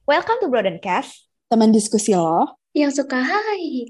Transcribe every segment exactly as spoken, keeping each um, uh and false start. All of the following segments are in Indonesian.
Welcome to Broadencast, teman diskusi lo yang suka hai.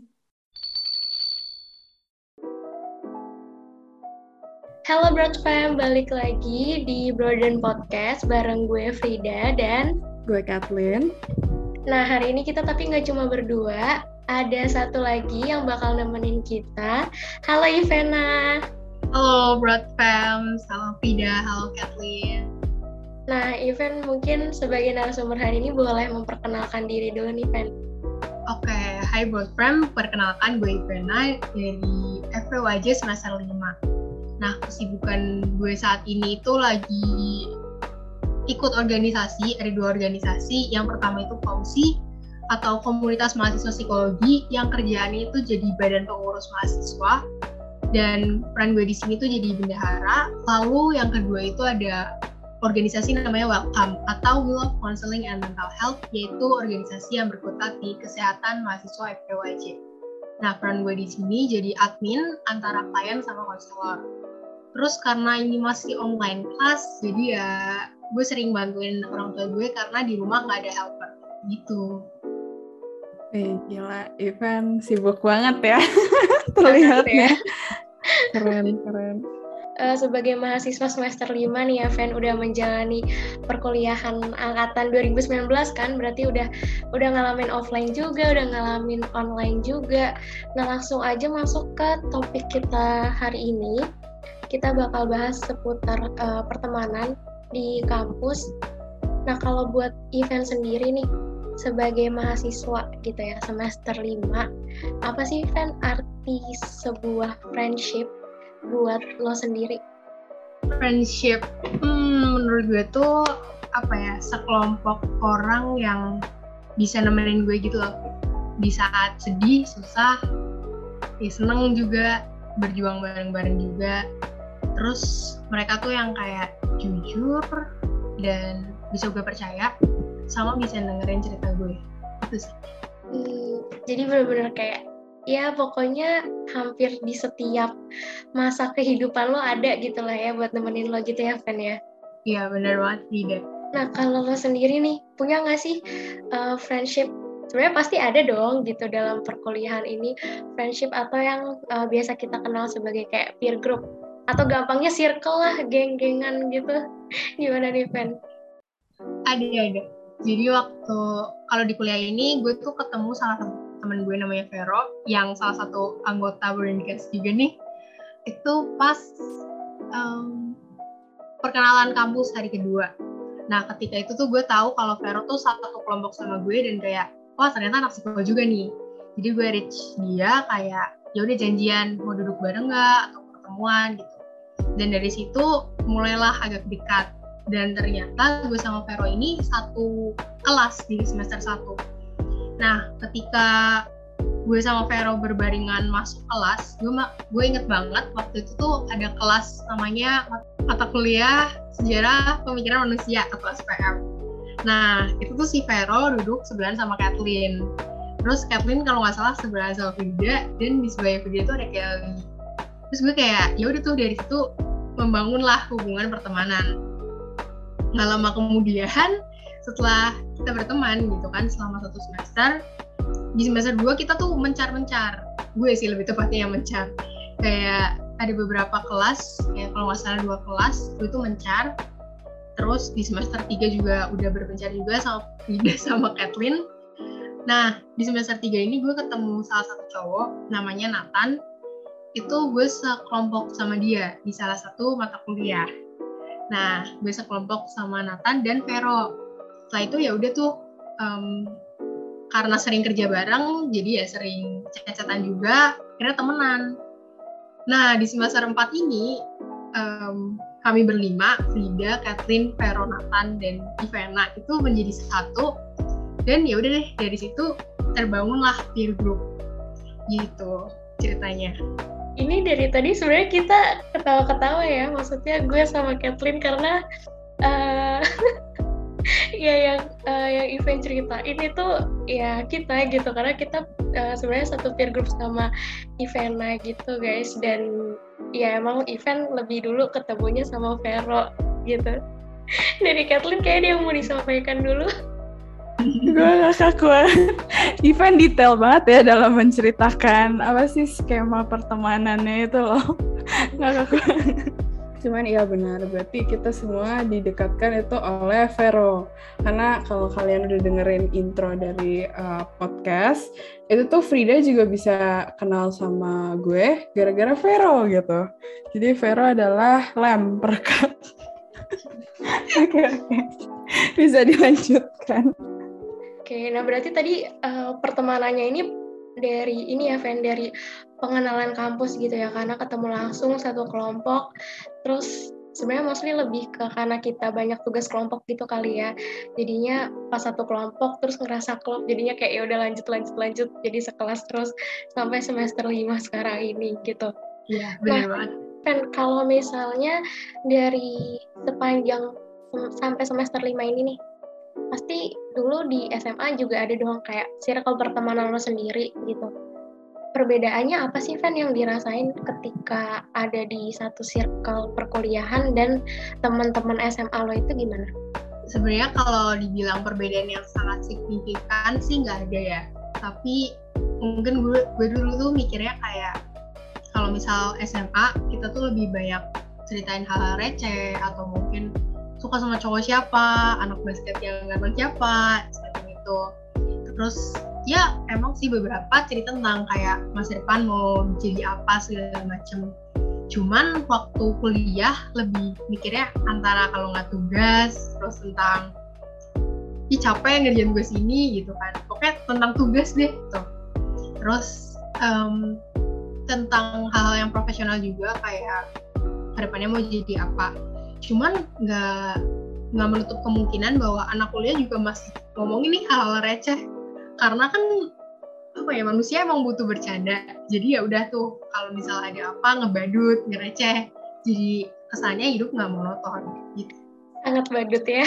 Halo Broad Fam, balik lagi di Broaden Podcast bareng gue Frida dan gue Kathleen. Nah, hari ini kita tapi nggak cuma berdua, ada satu lagi yang bakal nemenin kita. Halo Ivana. Halo Broad Fam, halo Frida, halo Kathleen. Nah, Ivan mungkin sebagai narasumber hari ini boleh memperkenalkan diri dulu nih, Ivan. Oke, okay. Hai Broad Fam, perkenalkan gue Ivana dari F W Y J semester lima. Nah, kesibukan gue saat ini itu lagi ikut organisasi, ada dua organisasi. Yang pertama itu KOMSI, atau Komunitas Mahasiswa Psikologi, yang kerjaannya itu jadi badan pengurus mahasiswa. Dan peran gue di sini tuh jadi bendahara. Lalu yang kedua itu ada organisasi namanya Welcome atau Will of Counseling and Mental Health, yaitu organisasi yang berkutat di kesehatan mahasiswa F W Y J. Nah, peran gue di sini jadi admin antara klien sama konselor. Terus karena ini masih online class, jadi ya gue sering bantuin orang tua gue karena di rumah nggak ada helper gitu. Eh, gila, Ivan sibuk banget ya, terlihatnya. Keren, keren. Uh, sebagai mahasiswa semester lima nih ya, Ven, udah menjalani perkuliahan angkatan dua ribu sembilan belas kan, berarti udah udah ngalamin offline juga, udah ngalamin online juga. Nah, langsung aja masuk ke topik kita hari ini. Kita bakal bahas seputar uh, pertemanan di kampus. Nah, kalau buat event sendiri nih, sebagai mahasiswa gitu ya, semester lima, apa sih, Ven, arti sebuah friendship buat lo sendiri? Friendship, hmm, menurut gue tuh apa ya, sekelompok orang yang bisa nemenin gue gitu loh, di saat sedih, susah, ya seneng juga, berjuang bareng-bareng juga. Terus mereka tuh yang kayak jujur dan bisa gue percaya, sama bisa dengerin cerita gue, itu sih. Hmm, jadi benar-benar kayak ya pokoknya hampir di setiap masa kehidupan lo ada gitu lah ya buat nemenin lo gitu ya, Ven ya? Iya, benar banget, tidak. Nah, kalau lo sendiri nih, punya nggak sih uh, friendship? Sebenarnya pasti ada dong gitu dalam perkuliahan ini, friendship atau yang uh, biasa kita kenal sebagai kayak peer group, atau gampangnya circle lah, geng-gengan gitu. Gimana nih, Ven? Ada, ada. Jadi waktu, kalau di kuliah ini, gue tuh ketemu salah satu temen gue namanya Vero, yang salah satu anggota Broadencast juga nih. Itu pas um, perkenalan kampus hari kedua. Nah, ketika itu tuh gue tahu kalau Vero tuh satu kelompok sama gue, dan kayak, wah ternyata anak psikologi juga nih. Jadi gue reach dia kayak, ya udah janjian mau duduk bareng nggak atau pertemuan gitu. Dan dari situ mulailah agak dekat. Dan ternyata gue sama Vero ini satu kelas di semester satu. Nah, ketika gue sama Vero berbaringan masuk kelas, gue gue inget banget waktu itu tuh ada kelas namanya mata kuliah sejarah pemikiran manusia atau S P M. Nah, itu tuh si Vero duduk sebelahan sama Kathleen. Terus Kathleen kalau nggak salah sebelahan sama Frida, dan di sebelah Frida tuh ada Kelly. Terus gue kayak, ya udah tuh dari situ membangunlah hubungan pertemanan. Nggak lama kemudian, setelah kita berteman gitu kan selama satu semester, di semester dua kita tuh mencar-mencar. Gue sih lebih tepatnya yang mencar. Kayak ada beberapa kelas, kayak kalau nggak salah dua kelas, gue tuh mencar. Terus di semester tiga juga udah berpencar juga sama Frida sama Kathleen. Nah, di semester tiga ini gue ketemu salah satu cowok, namanya Nathan. Itu gue sekelompok sama dia di salah satu mata kuliah. Nah, gue sekelompok sama Nathan dan Vero. Setelah itu ya udah tuh, um, karena sering kerja bareng, jadi ya sering chat-chatan juga, akhirnya temenan. Nah, di semester empat ini, um, kami berlima, Frida, Kathleen, Vero, Nathan, dan Ivana itu menjadi satu. Dan ya udah deh, dari situ terbangunlah peer group. Gitu ceritanya. Ini dari tadi sebenarnya kita ketawa-ketawa ya, maksudnya gue sama Kathleen karena uh, ya yang uh, yang event cerita ini tuh ya kita gitu, karena kita uh, sebenarnya satu peer group sama Ivana gitu guys, dan ya emang event lebih dulu ketemunya sama Vero gitu. Dari Kathleen kayak dia mau disampaikan dulu. Gue ngakak banget. Ivan detail banget ya dalam menceritakan apa sih skema pertemanannya itu loh. Ngakak banget. Cuman iya benar, berarti kita semua didekatkan itu oleh Vero. Karena kalau kalian udah dengerin intro dari uh, podcast, itu tuh Frida juga bisa kenal sama gue gara-gara Vero gitu. Jadi Vero adalah lem perekat. Oke, oke. Bisa dilanjutkan. Oke, nah berarti tadi uh, pertemanannya ini dari ini ya, Ven, dari pengenalan kampus gitu ya, karena ketemu langsung satu kelompok, terus sebenarnya mostly lebih ke karena kita banyak tugas kelompok gitu kali ya, jadinya pas satu kelompok terus ngerasa klop, jadinya kayak ya udah lanjut lanjut lanjut jadi sekelas terus sampai semester lima sekarang ini gitu. Iya, benar nah, banget. Ven, kalau misalnya dari sepanjang sampai semester lima ini nih, pasti dulu di S M A juga ada dong kayak circle pertemanan lo sendiri gitu. Perbedaannya apa sih, Van, yang dirasain ketika ada di satu circle perkuliahan dan teman-teman S M A lo itu gimana? Sebenarnya kalau dibilang perbedaan yang sangat signifikan sih nggak ada ya. Tapi mungkin gue, gue dulu tuh mikirnya kayak kalau misal S M A kita tuh lebih banyak ceritain hal-hal receh atau mungkin suka sama cowok siapa, anak basket yang ganteng siapa, seperti itu. Terus ya emang sih beberapa cerita tentang kayak masa depan mau jadi apa segala macem. Cuman waktu kuliah lebih mikirnya antara kalau nggak tugas, terus tentang ih capek ngerjain tugas ini gitu kan. Pokoknya tentang tugas deh gitu. Terus um, tentang hal-hal yang profesional juga kayak kedepannya mau jadi apa. Cuman nggak nggak menutup kemungkinan bahwa anak kuliah juga masih ngomongin nih hal-hal receh, karena kan apa ya, manusia emang butuh bercanda. Jadi ya udah tuh kalau misalnya ada apa ngebadut, ngereceh, jadi kesannya hidup nggak monoton gitu. Sangat badut ya.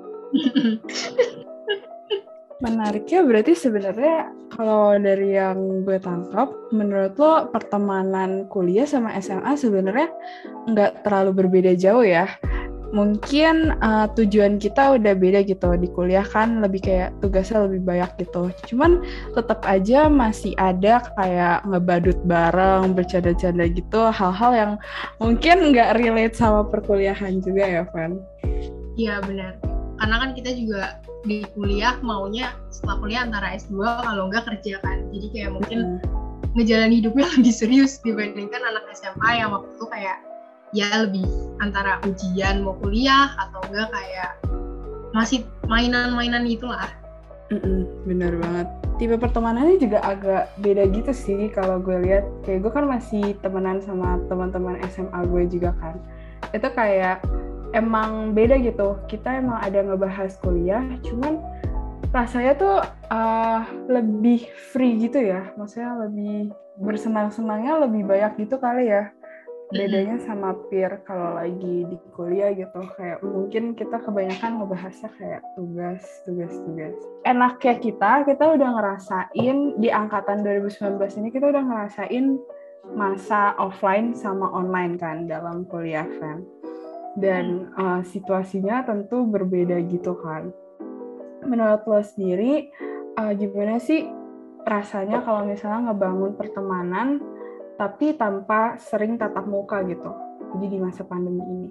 Menariknya berarti sebenarnya kalau dari yang gue tangkap, menurut lo pertemanan kuliah sama S M A sebenarnya nggak terlalu berbeda jauh ya. Mungkin uh, tujuan kita udah beda gitu. Di kuliah kan lebih kayak tugasnya lebih banyak gitu. Cuman tetap aja masih ada kayak ngebadut bareng, bercanda-canda gitu. Hal-hal yang mungkin nggak relate sama perkuliahan juga ya, Van? Iya benar. Karena kan kita juga di kuliah maunya setelah kuliah antara S dua kalau enggak kerja kan. Jadi kayak mungkin hmm. ngejalanin hidupnya lebih serius dibandingkan anak S M A yang waktu itu kayak ya lebih antara ujian mau kuliah atau enggak kayak masih mainan-mainan itulah. Mm-mm, bener banget. Tipe pertemanannya juga agak beda gitu sih kalau gue lihat. Kayak gue kan masih temenan sama teman-teman S M A gue juga kan. Itu kayak emang beda gitu. Kita emang ada ngebahas kuliah, cuman rasanya tuh uh, lebih free gitu ya. Maksudnya lebih bersenang-senangnya lebih banyak gitu kali ya. Bedanya sama peer kalau lagi di kuliah gitu, kayak mungkin kita kebanyakan ngebahasnya kayak tugas, tugas, tugas. Enaknya kita, kita udah ngerasain di angkatan dua ribu sembilan belas ini, kita udah ngerasain masa offline sama online kan dalam kuliah kan. Dan uh, situasinya tentu berbeda gitu kan. Menurut lo sendiri, uh, gimana sih rasanya kalau misalnya ngebangun pertemanan tapi tanpa sering tatap muka gitu, jadi di masa pandemi ini?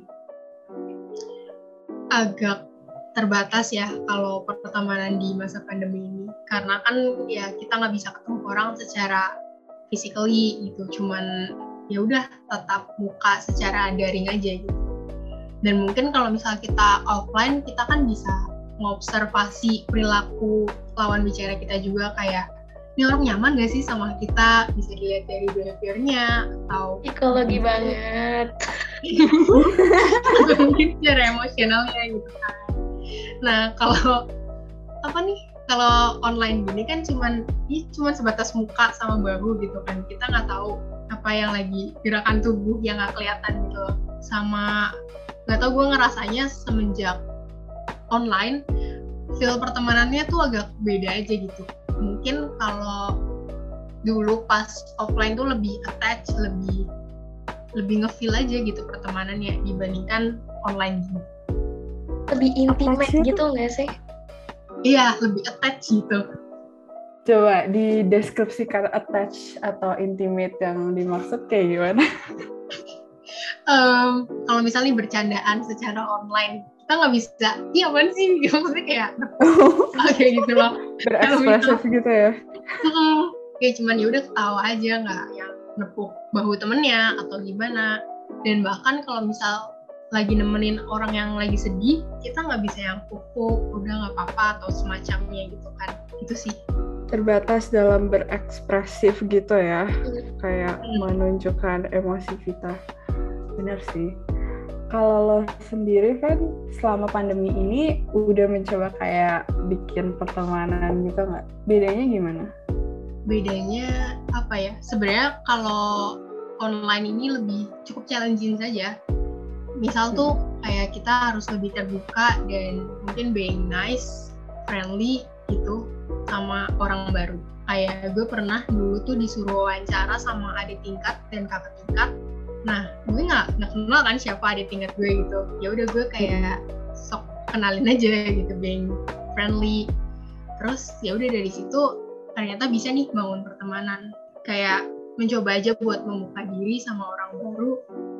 Agak terbatas ya kalau pertemanan di masa pandemi ini, karena kan ya kita nggak bisa ketemu orang secara physically gitu, cuman ya udah tatap muka secara daring aja gitu. Dan mungkin kalau misalnya kita offline, kita kan bisa mengobservasi perilaku lawan bicara kita juga, kayak ini orang nyaman gak sih sama kita, bisa dilihat dari behavior-nya atau psikologi banget atau mungkin secara emosionalnya gitu kan. Nah kalau apa nih, kalau online gini kan cuman ih, cuman sebatas muka sama bahu gitu kan, kita nggak tahu apa yang lagi gerakan tubuh yang nggak kelihatan gitu. Sama nggak tahu, gue ngerasanya semenjak online feel pertemanannya tuh agak beda aja gitu. Mungkin kalau dulu pas offline tuh lebih attach, lebih lebih nge-feel aja gitu pertemanannya dibandingkan online gitu. Lebih intimate gitu nggak sih? iya lebih attach gitu. Coba dideskripsikan attach atau intimate yang dimaksud kayak gimana? Um, kalau misalnya bercandaan secara online, kita nggak bisa, iya apaan sih? Maksudnya kayak kayak gitu loh. Berekspresif gitu ya? Hmm, kayak cuman ya udah ketawa aja, nggak yang nepuk bahu temennya atau gimana. Dan bahkan kalau misal lagi nemenin orang yang lagi sedih, kita nggak bisa yang pupuk, udah nggak apa-apa atau semacamnya gitu kan. Itu sih. Terbatas dalam berekspresif gitu ya, kayak hmm. menunjukkan emosi kita. Benar sih. Kalau lo sendiri kan selama pandemi ini udah mencoba kayak bikin pertemanan gitu nggak? Bedanya gimana? Bedanya apa ya? Sebenarnya kalau online ini lebih cukup challenging saja. Misal tuh kayak kita harus lebih terbuka dan mungkin being nice, friendly gitu sama orang baru. Kayak gue pernah dulu tuh disuruh wawancara sama adik tingkat dan kakak tingkat. Nah, gue nggak nggak kenal kan siapa adik tingkat gue gitu. Ya udah gue kayak sok kenalin aja gitu, being friendly. Terus ya udah dari situ ternyata bisa nih bangun pertemanan. Kayak mencoba aja buat membuka diri sama orang baru.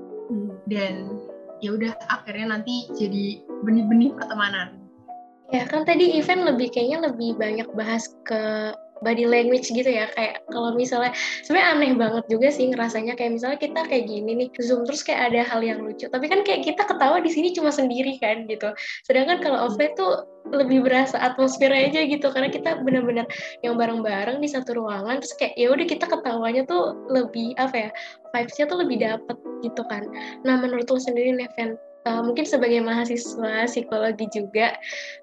Dan ya udah akhirnya nanti jadi benih-benih pertemanan. Ya kan tadi event lebih kayaknya lebih banyak bahas ke body language gitu ya, kayak kalau misalnya sebenarnya aneh banget juga sih ngerasanya kayak misalnya kita kayak gini nih Zoom terus kayak ada hal yang lucu tapi kan kayak kita ketawa di sini cuma sendiri kan gitu, sedangkan kalau offline tuh lebih berasa atmosfernya aja gitu karena kita benar-benar yang bareng-bareng di satu ruangan terus kayak ya udah kita ketawanya tuh lebih apa ya, vibes-nya tuh lebih dapet gitu kan. Nah menurut lo sendiri Neven, uh, mungkin sebagai mahasiswa psikologi juga,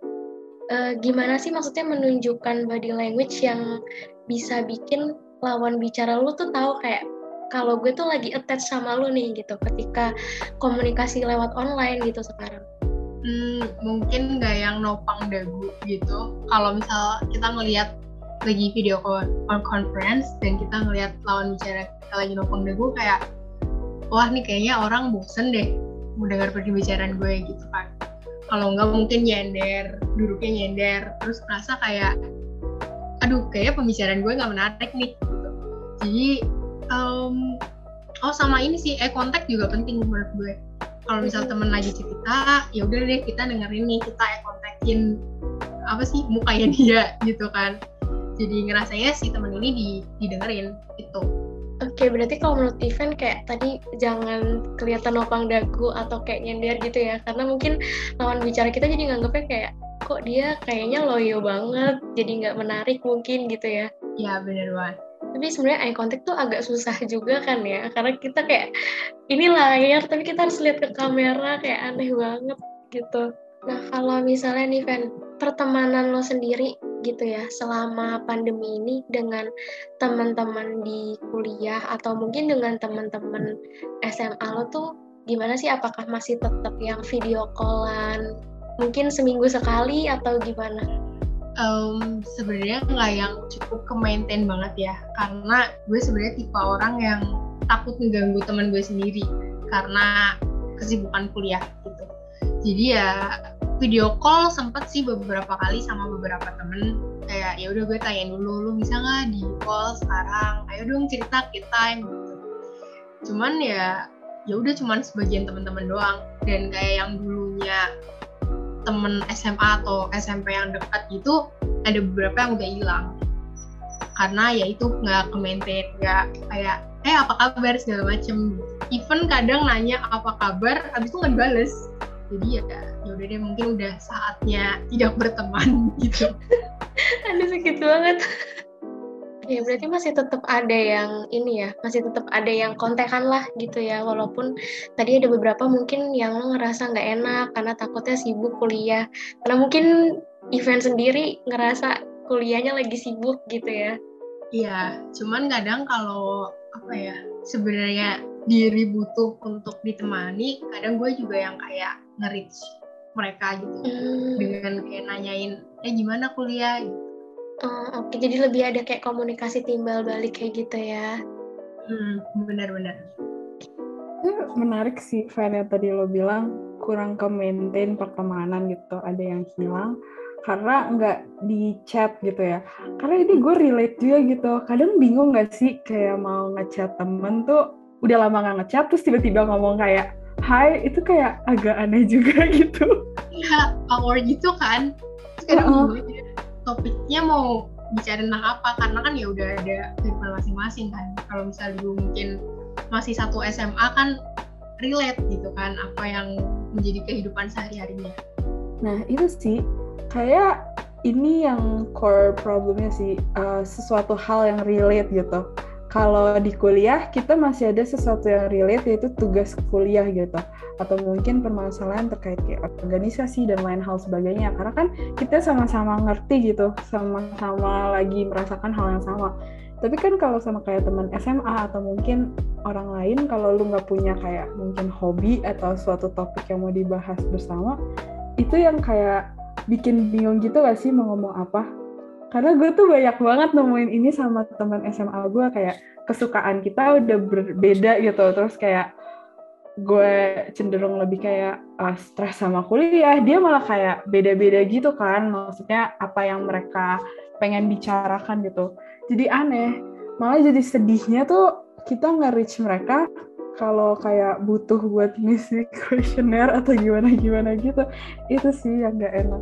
Uh, gimana sih maksudnya menunjukkan body language yang bisa bikin lawan bicara lu tuh tahu kayak kalau gue tuh lagi attach sama lu nih gitu ketika komunikasi lewat online gitu sekarang. Hmm, mungkin nggak yang nopang dagu gitu. Kalau misal kita ngelihat lagi video call conference dan kita ngelihat lawan bicara kita lagi nopang dagu kayak wah nih kayaknya orang bosen deh mendengar perbicaraan gue gitu kan. Kalau nggak mungkin nyender, duduknya nyender, terus merasa kayak, aduh kayaknya pembicaraan gue nggak menarik nih. Gitu. Jadi, um, oh sama ini sih, eye contact juga penting menurut gue. Kalau misal temen lagi cerita, ya udah deh kita dengerin nih, kita eye contactin apa sih mukanya dia gitu kan. Jadi ngerasanya si temen ini di, didengerin gitu. Oke, okay, berarti kalau menurut event kayak tadi jangan kelihatan nopang dagu atau kayak nyender gitu ya, karena mungkin lawan bicara kita jadi nganggapnya kayak kok dia kayaknya loyo banget, jadi nggak menarik mungkin gitu ya. Ya benar banget. Tapi sebenarnya eye contact tuh agak susah juga kan ya, karena kita kayak ini layar tapi kita harus lihat ke kamera kayak aneh banget gitu. Nah kalau misalnya nih Ven, pertemanan lo sendiri gitu ya selama pandemi ini dengan teman-teman di kuliah atau mungkin dengan teman-teman S M A lo tuh gimana sih? Apakah masih tetap yang video callan mungkin seminggu sekali atau gimana? Um, sebenarnya nggak yang cukup ke maintain banget ya, karena gue sebenarnya tipe orang yang takut ngeganggu teman gue sendiri karena kesibukan kuliah gitu. Jadi ya video call sempet sih beberapa kali sama beberapa temen, kayak ya udah gue tanyain dulu, lu bisa nggak di call sekarang, ayo dong cerita kita gitu. Cuman ya ya udah cuman sebagian teman-teman doang, dan kayak yang dulunya temen S M A atau S M P yang dekat gitu ada beberapa yang udah hilang karena ya itu nggak ke-maintain, nggak kayak eh apa kabar segala macem, even kadang nanya apa kabar habis itu nggak dibales. Jadi ya ya udah deh mungkin udah saatnya tidak berteman gitu. Aduh sakit banget. Ya berarti masih tetap ada yang ini ya, masih tetap ada yang kontekan lah gitu ya, walaupun tadi ada beberapa mungkin yang lo ngerasa nggak enak karena takutnya sibuk kuliah, karena mungkin event sendiri ngerasa kuliahnya lagi sibuk gitu ya. Iya, cuman kadang kalau apa ya sebenarnya diri butuh untuk ditemani, kadang gue juga yang kayak nge-reach mereka gitu hmm. dengan kayak nanyain eh gimana kuliah gitu. Oh, oke, okay. Jadi lebih ada kayak komunikasi timbal balik kayak gitu ya. Hmm, benar-benar. Ya, menarik sih Van yang tadi lo bilang kurang ke maintain pertemanan gitu, ada yang hilang karena nggak di chat gitu ya. Karena ini gue relate juga gitu. Kadang bingung nggak sih kayak mau ngechat temen tuh udah lama nggak ngechat terus tiba-tiba ngomong kayak hai, itu kayak agak aneh juga gitu. Iya, awkward gitu kan. Terus kadang uh-uh. bingung aja topiknya mau bicara tentang apa, karena kan ya udah ada kehidupan masing-masing kan. Kalau misalnya dulu mungkin masih satu S M A kan relate gitu kan apa yang menjadi kehidupan sehari-harinya. Nah itu sih kayak ini yang core problemnya sih, uh, sesuatu hal yang relate gitu. Kalau di kuliah kita masih ada sesuatu yang relate, yaitu tugas kuliah gitu, atau mungkin permasalahan terkait kayak organisasi dan lain hal sebagainya, karena kan kita sama-sama ngerti gitu, sama-sama lagi merasakan hal yang sama. Tapi kan kalau sama kayak teman S M A atau mungkin orang lain, kalau lu nggak punya kayak mungkin hobi atau suatu topik yang mau dibahas bersama, itu yang kayak bikin bingung gitu gak sih mau ngomong apa. Karena gue tuh banyak banget nemuin ini sama teman S M A gue, kayak kesukaan kita udah berbeda gitu, terus kayak gue cenderung lebih kayak uh, stres sama kuliah, dia malah kayak beda-beda gitu kan, maksudnya apa yang mereka pengen bicarakan gitu. Jadi aneh, malah jadi sedihnya tuh kita nge-reach mereka kalau kayak butuh buat ngisi kuesioner atau gimana-gimana gitu. Itu sih yang gak enak.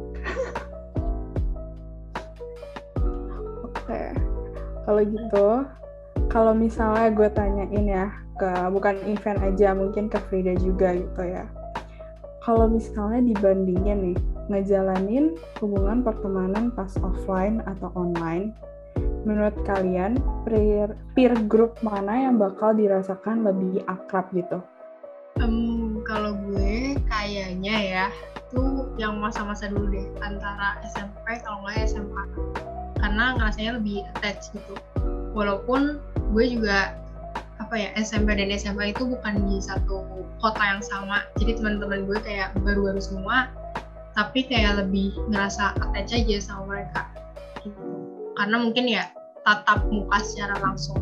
Oke, kalau gitu, kalau misalnya gue tanyain ya, ke bukan event aja, mungkin ke Frida juga gitu ya. Kalau misalnya dibandingin nih, ngejalanin hubungan pertemanan pas offline atau online, menurut kalian peer, peer group mana yang bakal dirasakan lebih akrab gitu? Um, kalau gue kayaknya ya, itu yang masa-masa dulu deh, antara S M P kalau nggak S M A. Karena ngerasanya lebih attach gitu. Walaupun gue juga apa ya, S M P dan S M A itu bukan di satu kota yang sama, jadi teman-teman gue kayak baru-baru semua, tapi kayak lebih ngerasa attach aja sama mereka gitu. Karena mungkin ya tatap muka secara langsung.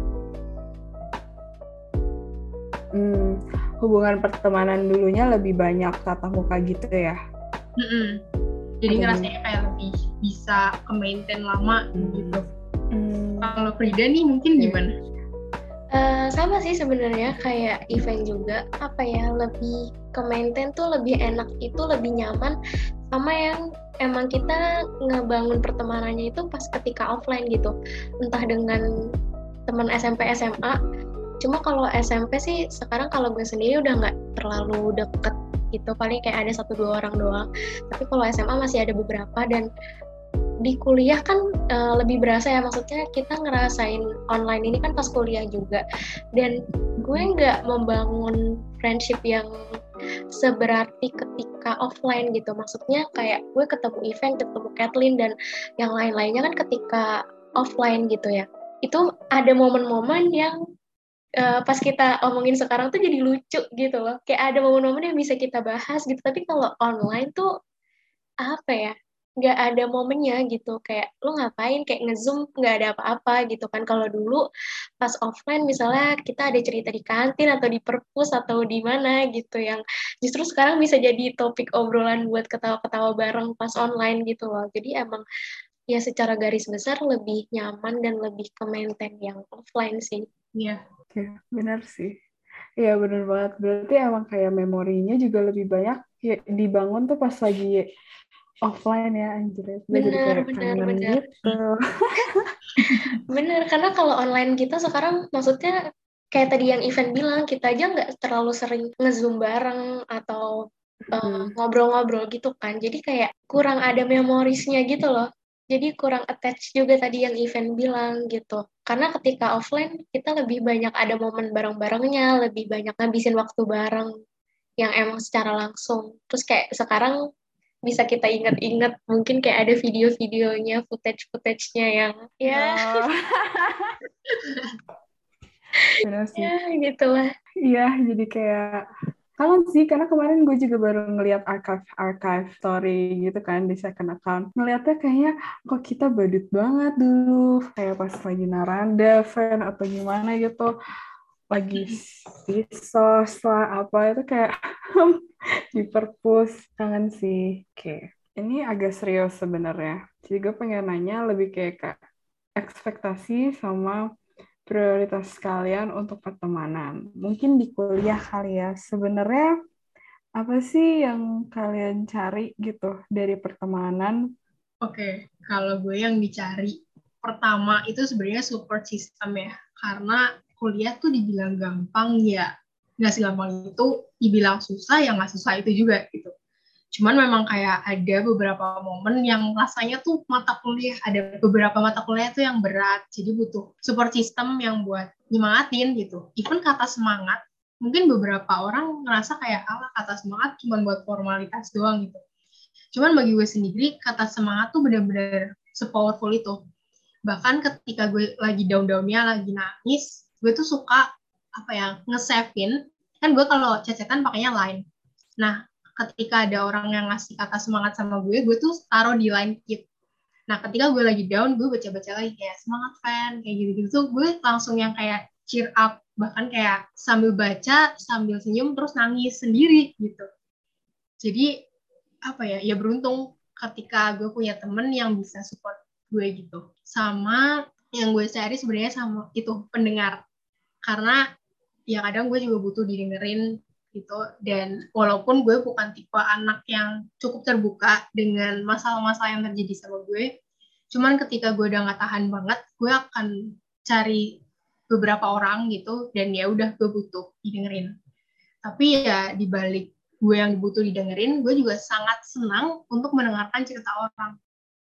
Hmm, hubungan pertemanan dulunya lebih banyak tatap muka gitu ya? Mm-mm. Jadi ngerasanya kayak lebih bisa ke-maintain lama hmm. gitu. Hmm. Kalau Frida nih mungkin gimana? Uh, sama sih sebenarnya kayak event juga, apa ya, lebih ke-maintain tuh lebih enak, itu lebih nyaman sama yang emang kita ngebangun pertemanannya itu pas ketika offline gitu, entah dengan teman S M P S M A. Cuma kalau S M P sih sekarang kalau gue sendiri udah nggak terlalu deket gitu, paling kayak ada satu dua orang doang. Tapi kalau S M A masih ada beberapa, dan di kuliah kan uh, lebih berasa ya, maksudnya kita ngerasain online ini kan pas kuliah juga, dan gue nggak membangun friendship yang seberarti ketika offline gitu. Maksudnya kayak gue ketemu event, ketemu Kathleen dan yang lain-lainnya kan ketika offline gitu ya, itu ada momen-momen yang Uh, pas kita omongin sekarang tuh jadi lucu gitu loh, kayak ada momen-momen yang bisa kita bahas gitu. Tapi kalau online tuh apa ya, nggak ada momennya gitu, kayak lu ngapain, kayak nge-zoom nggak ada apa-apa gitu kan. Kalau dulu pas offline misalnya kita ada cerita di kantin atau di perpus atau di mana gitu, yang justru sekarang bisa jadi topik obrolan buat ketawa-ketawa bareng pas online gitu loh. Jadi emang ya secara garis besar lebih nyaman dan lebih ke-maintain yang offline sih. Iya. Ya, benar sih. Iya, benar banget. Berarti emang kayak memorinya juga lebih banyak ya, dibangun tuh pas lagi offline ya, anjir. Bener, jadi kayak bener, kangen bener. gitu. Bener, karena kalau online kita sekarang, maksudnya kayak tadi yang event bilang, kita aja nggak terlalu sering nge-zoom bareng atau uh, hmm. ngobrol-ngobrol gitu kan. Jadi kayak kurang ada memorisnya gitu loh. Jadi kurang attach juga tadi yang event bilang gitu. Karena ketika offline kita lebih banyak ada momen bareng-barengnya, lebih banyak ngabisin waktu bareng yang emang secara langsung. Terus kayak sekarang bisa kita ingat-ingat, mungkin kayak ada video-videonya, footage-footage-nya yang ya. Oh. Benar sih. Ya, gitulah. Iya, jadi kayak kangen sih, karena kemarin gue juga baru ngeliat archive-archive story gitu kan di second account. Ngeliatnya kayaknya kok kita badut banget dulu, kayak pas lagi naranda, fan atau gimana gitu, lagi pisos lah apa, itu kayak di perpus, kangen sih. Oke. Ini agak serius sebenarnya. Jadi gue pengen nanya lebih kayak ke ekspektasi sama prioritas kalian untuk pertemanan. Mungkin di kuliah kali ya. Sebenarnya apa sih yang kalian cari gitu dari pertemanan? Oke, kalau gue yang dicari pertama itu sebenarnya support system ya. Karena kuliah tuh dibilang gampang ya, nggak segampang itu, dibilang susah ya nggak susah itu juga gitu. Cuman memang kayak ada beberapa momen yang rasanya tuh mata kuliah, ada beberapa mata kuliah tuh yang berat, jadi butuh support system yang buat nyemangatin gitu. Even kata semangat, mungkin beberapa orang ngerasa kayak, ah kata semangat cuma buat formalitas doang gitu. Cuman bagi gue sendiri, kata semangat tuh bener-bener sepowerful itu. Bahkan ketika gue lagi down-downnya, lagi nangis, gue tuh suka apa ya, nge-save-in. Kan gue kalau cecetan pakainya Line. Nah, ketika ada orang yang ngasih kata semangat sama gue, gue tuh taruh di Line Keep. Nah, ketika gue lagi down, gue baca-baca lagi kayak semangat fan, kayak gitu-gitu tuh gue langsung yang kayak cheer up. Bahkan kayak sambil baca, sambil senyum, terus nangis sendiri gitu. Jadi, apa ya, ya beruntung ketika gue punya temen yang bisa support gue gitu. Sama yang gue cari sebenarnya sama itu, pendengar. Karena ya kadang gue juga butuh didengerin gitu, dan walaupun gue bukan tipe anak yang cukup terbuka dengan masalah-masalah yang terjadi sama gue, cuman ketika gue udah gak tahan banget, gue akan cari beberapa orang gitu, dan ya udah gue butuh didengerin. Tapi ya dibalik gue yang butuh didengerin, gue juga sangat senang untuk mendengarkan cerita orang.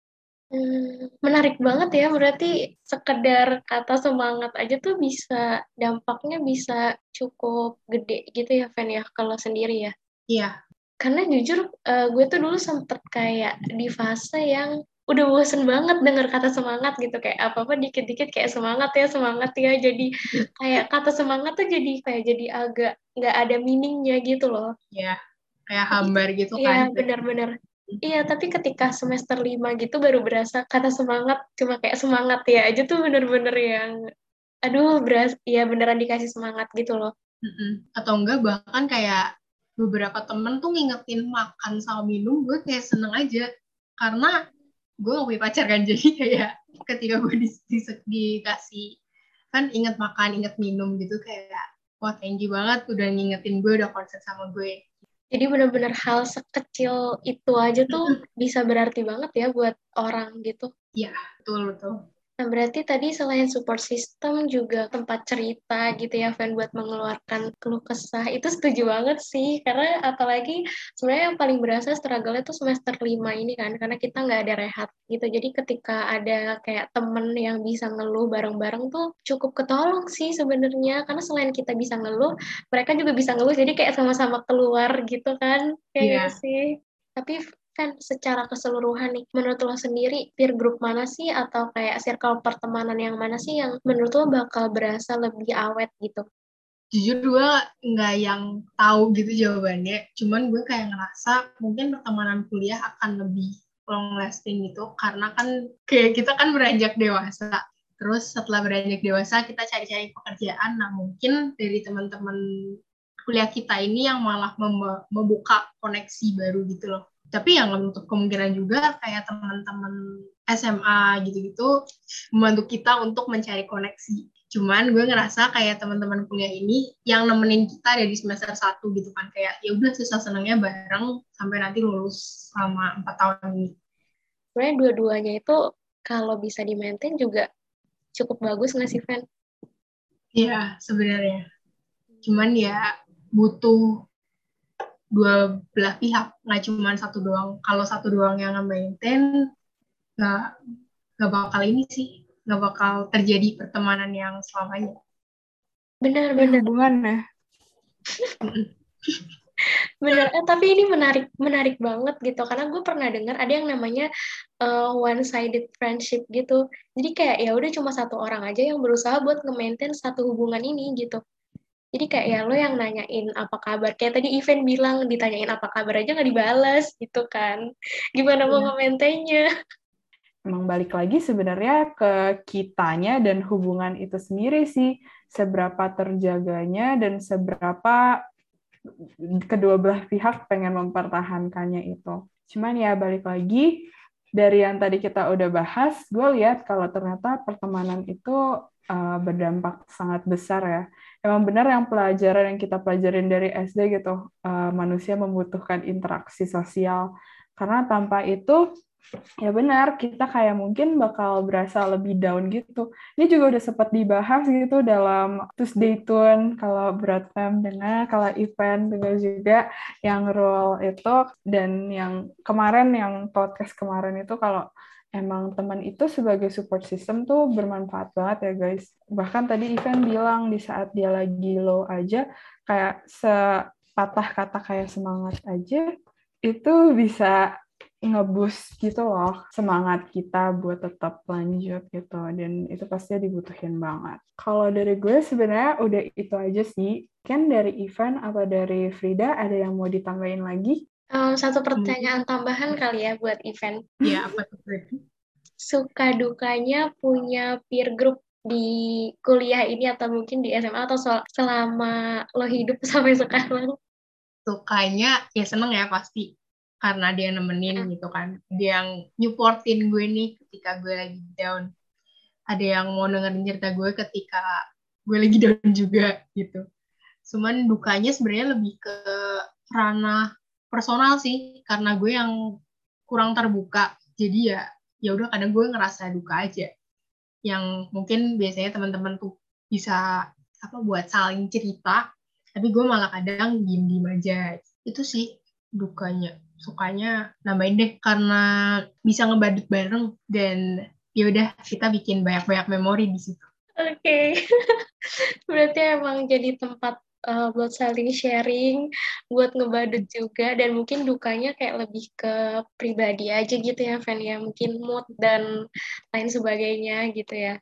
Hmm, menarik banget ya, berarti sekedar kata semangat aja tuh bisa, dampaknya bisa cukup gede gitu ya, Fen ya, kalau sendiri ya. Iya. Karena jujur, uh, gue tuh dulu sempet kayak di fase yang udah bosen banget denger kata semangat gitu, kayak apa-apa dikit-dikit kayak semangat ya, semangat ya, jadi kayak kata semangat tuh jadi kayak jadi agak nggak ada meaningnya gitu loh. Iya, kayak Tapi, hambar gitu iya kan. benar-benar. Iya, tapi ketika semester lima gitu baru berasa kata semangat, cuma kayak semangat ya aja tuh bener-bener yang, aduh, beras, ya beneran dikasih semangat gitu loh. Mm-mm. Atau enggak bahkan kayak beberapa temen tuh ngingetin makan sama minum, gue kayak seneng aja. Karena gue gak punya pacar kan, jadi kayak ketika gue di, di, dikasih, kan inget makan, inget minum gitu, kayak, wah thank you banget udah ngingetin gue, udah konsen sama gue. Jadi benar-benar hal sekecil itu aja tuh bisa berarti banget ya buat orang gitu. Iya, betul-betul. Nah, berarti tadi selain support system juga tempat cerita gitu ya, Van, buat mengeluarkan keluh kesah. Itu setuju banget sih, karena apalagi sebenarnya yang paling berasa struggle-nya tuh semester lima ini kan, karena kita nggak ada rehat gitu. Jadi ketika ada kayak temen yang bisa ngeluh bareng-bareng tuh cukup ketolong sih sebenarnya, karena selain kita bisa ngeluh, mereka juga bisa ngeluh, jadi kayak sama-sama keluar gitu kan, kayak Iya. gitu sih. Tapi kan secara keseluruhan nih, menurut lo sendiri peer group mana sih atau kayak circle pertemanan yang mana sih yang menurut lo bakal berasa lebih awet gitu? Jujur gue nggak yang tahu gitu jawabannya, cuman gue kayak ngerasa mungkin pertemanan kuliah akan lebih long lasting gitu, karena kan kayak kita kan beranjak dewasa. Terus setelah beranjak dewasa kita cari-cari pekerjaan, nah mungkin dari teman-teman kuliah kita ini yang malah mem- membuka koneksi baru gitu loh. Tapi yang menutup kemungkinan juga kayak teman-teman S M A gitu-gitu membantu kita untuk mencari koneksi. Cuman gue ngerasa kayak teman-teman kuliah ini yang nemenin kita dari semester satu gitu kan, kayak ya udah susah senangnya bareng sampai nanti lulus selama empat tahun ini. Sebenarnya dua-duanya itu kalau bisa di-maintain juga cukup bagus nggak sih, Fen? Iya, sebenarnya. Cuman ya butuh dua belah pihak, nggak cuma satu doang. Kalau satu doang yang nge-maintain, nggak, nggak bakal ini sih, nggak bakal terjadi pertemanan yang selamanya. Benar-benar. Hubungan ya. Bener, eh, tapi ini menarik menarik banget gitu, karena gue pernah dengar ada yang namanya uh, one sided friendship gitu. Jadi kayak ya udah cuma satu orang aja yang berusaha buat nge-maintain satu hubungan ini gitu. Jadi kayak ya lo yang nanyain apa kabar, kayak tadi Ivan bilang ditanyain apa kabar aja nggak dibalas gitu kan. Gimana mau nge-maintainnya? Emang balik lagi sebenarnya ke kitanya dan hubungan itu sendiri sih, seberapa terjaganya dan seberapa kedua belah pihak pengen mempertahankannya itu. Cuman ya balik lagi, dari yang tadi kita udah bahas, gue lihat kalau ternyata pertemanan itu uh, berdampak sangat besar ya. Emang benar yang pelajaran yang kita pelajarin dari S D gitu, uh, manusia membutuhkan interaksi sosial. Karena tanpa itu, ya benar, kita kayak mungkin bakal berasa lebih down gitu. Ini juga udah sempat dibahas gitu dalam Tuesday Tune, kalau Broadcom dengar, kalau event dengar juga yang role itu, dan yang kemarin, yang podcast kemarin itu kalau emang teman itu sebagai support system tuh bermanfaat banget ya guys. Bahkan tadi event bilang di saat dia lagi low aja, kayak sepatah kata kayak semangat aja, itu bisa nge-boost gitu loh semangat kita buat tetap lanjut gitu, dan itu pasti dibutuhin banget. Kalau dari gue sebenarnya udah itu aja sih. Kan dari event atau dari Frida ada yang mau ditambahin lagi? Um, satu pertanyaan tambahan kali ya buat event. Ya, apa tuh? Suka dukanya punya peer group di kuliah ini atau mungkin di S M A atau so- selama lo hidup sampai sekarang? Sukanya ya seneng ya pasti, karena dia nemenin gitu kan, dia yang nyupportin gue nih ketika gue lagi down, ada yang mau dengerin cerita gue ketika gue lagi down juga gitu. Cuman dukanya sebenarnya lebih ke ranah personal sih, karena gue yang kurang terbuka, jadi ya ya udah kadang gue ngerasa duka aja, yang mungkin biasanya teman-teman tuh bisa apa buat saling cerita, tapi gue malah kadang diem-diem aja. Itu sih dukanya. Sukanya nambahin deh karena bisa ngebadut bareng, dan ya udah kita bikin banyak-banyak memori di situ. Oke, okay. Berarti emang jadi tempat uh, buat saling sharing, buat ngebadut juga, dan mungkin dukanya kayak lebih ke pribadi aja gitu ya, Fan, ya, mungkin mood dan lain sebagainya gitu ya.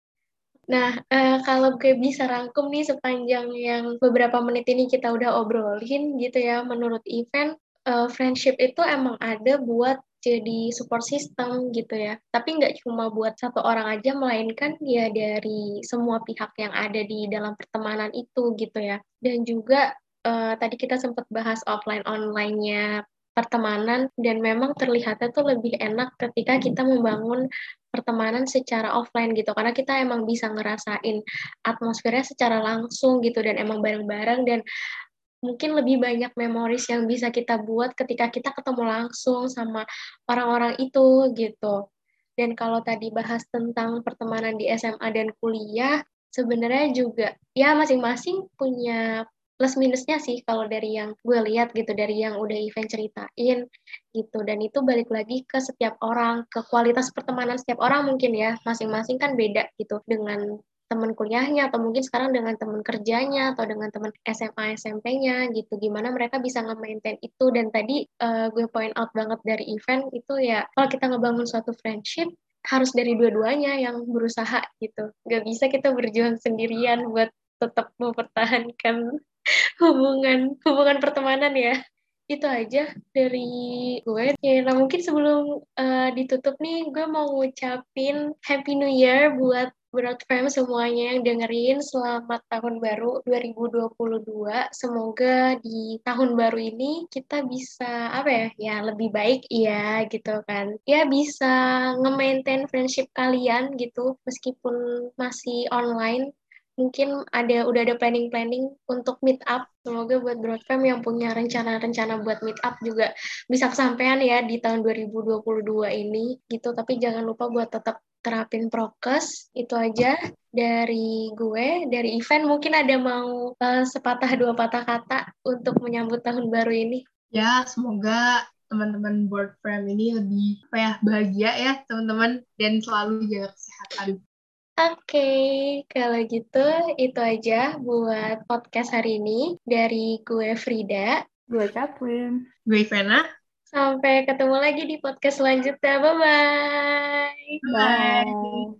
Nah, uh, kalau gue bisa rangkum nih sepanjang yang beberapa menit ini kita udah obrolin gitu ya, menurut event, uh, friendship itu emang ada buat jadi support system gitu ya. Tapi nggak cuma buat satu orang aja, melainkan ya dari semua pihak yang ada di dalam pertemanan itu gitu ya. Dan juga uh, tadi kita sempat bahas offline online-nya pertemanan, dan memang terlihatnya tuh lebih enak ketika kita membangun pertemanan secara offline gitu, karena kita emang bisa ngerasain atmosfernya secara langsung gitu, dan emang bareng-bareng, dan mungkin lebih banyak memoris yang bisa kita buat ketika kita ketemu langsung sama orang-orang itu gitu. Dan kalau tadi bahas tentang pertemanan di S M A dan kuliah, sebenarnya juga ya masing-masing punya plus minusnya sih kalau dari yang gue lihat gitu, dari yang udah event ceritain gitu. Dan itu balik lagi ke setiap orang, ke kualitas pertemanan setiap orang mungkin ya, masing-masing kan beda gitu dengan teman kuliahnya, atau mungkin sekarang dengan teman kerjanya, atau dengan teman S M A S M P-nya gitu, gimana mereka bisa nge-maintain itu. Dan tadi uh, gue point out banget dari event itu ya, kalau kita ngebangun suatu friendship harus dari dua-duanya yang berusaha gitu, gak bisa kita berjuang sendirian buat tetap mempertahankan hubungan hubungan pertemanan ya. Itu aja dari gue. Ya, nah mungkin sebelum uh, ditutup nih, gue mau ngucapin Happy New Year buat Broadfam semuanya yang dengerin. Selamat tahun baru dua ribu dua puluh dua. Semoga di tahun baru ini kita bisa apa ya, ya lebih baik ya gitu kan. Ya bisa nge-maintain friendship kalian gitu meskipun masih online. Mungkin ada udah ada planning-planning untuk meet up. Semoga buat Broadcom yang punya rencana-rencana buat meet up juga bisa kesampaian ya di tahun dua ribu dua puluh dua ini gitu. Tapi jangan lupa buat tetap terapin prokes. Itu aja dari gue, dari event. Mungkin ada mau uh, sepatah dua patah kata untuk menyambut tahun baru ini. Ya, semoga teman-teman board frame ini lebih apa ya, bahagia ya teman-teman, dan selalu jaga kesehatan. Oke, okay, kalau gitu itu aja buat podcast hari ini dari gue Frida. Gue Kathleen. Gue Ivana. Sampai ketemu lagi di podcast selanjutnya. Bye-bye. Bye.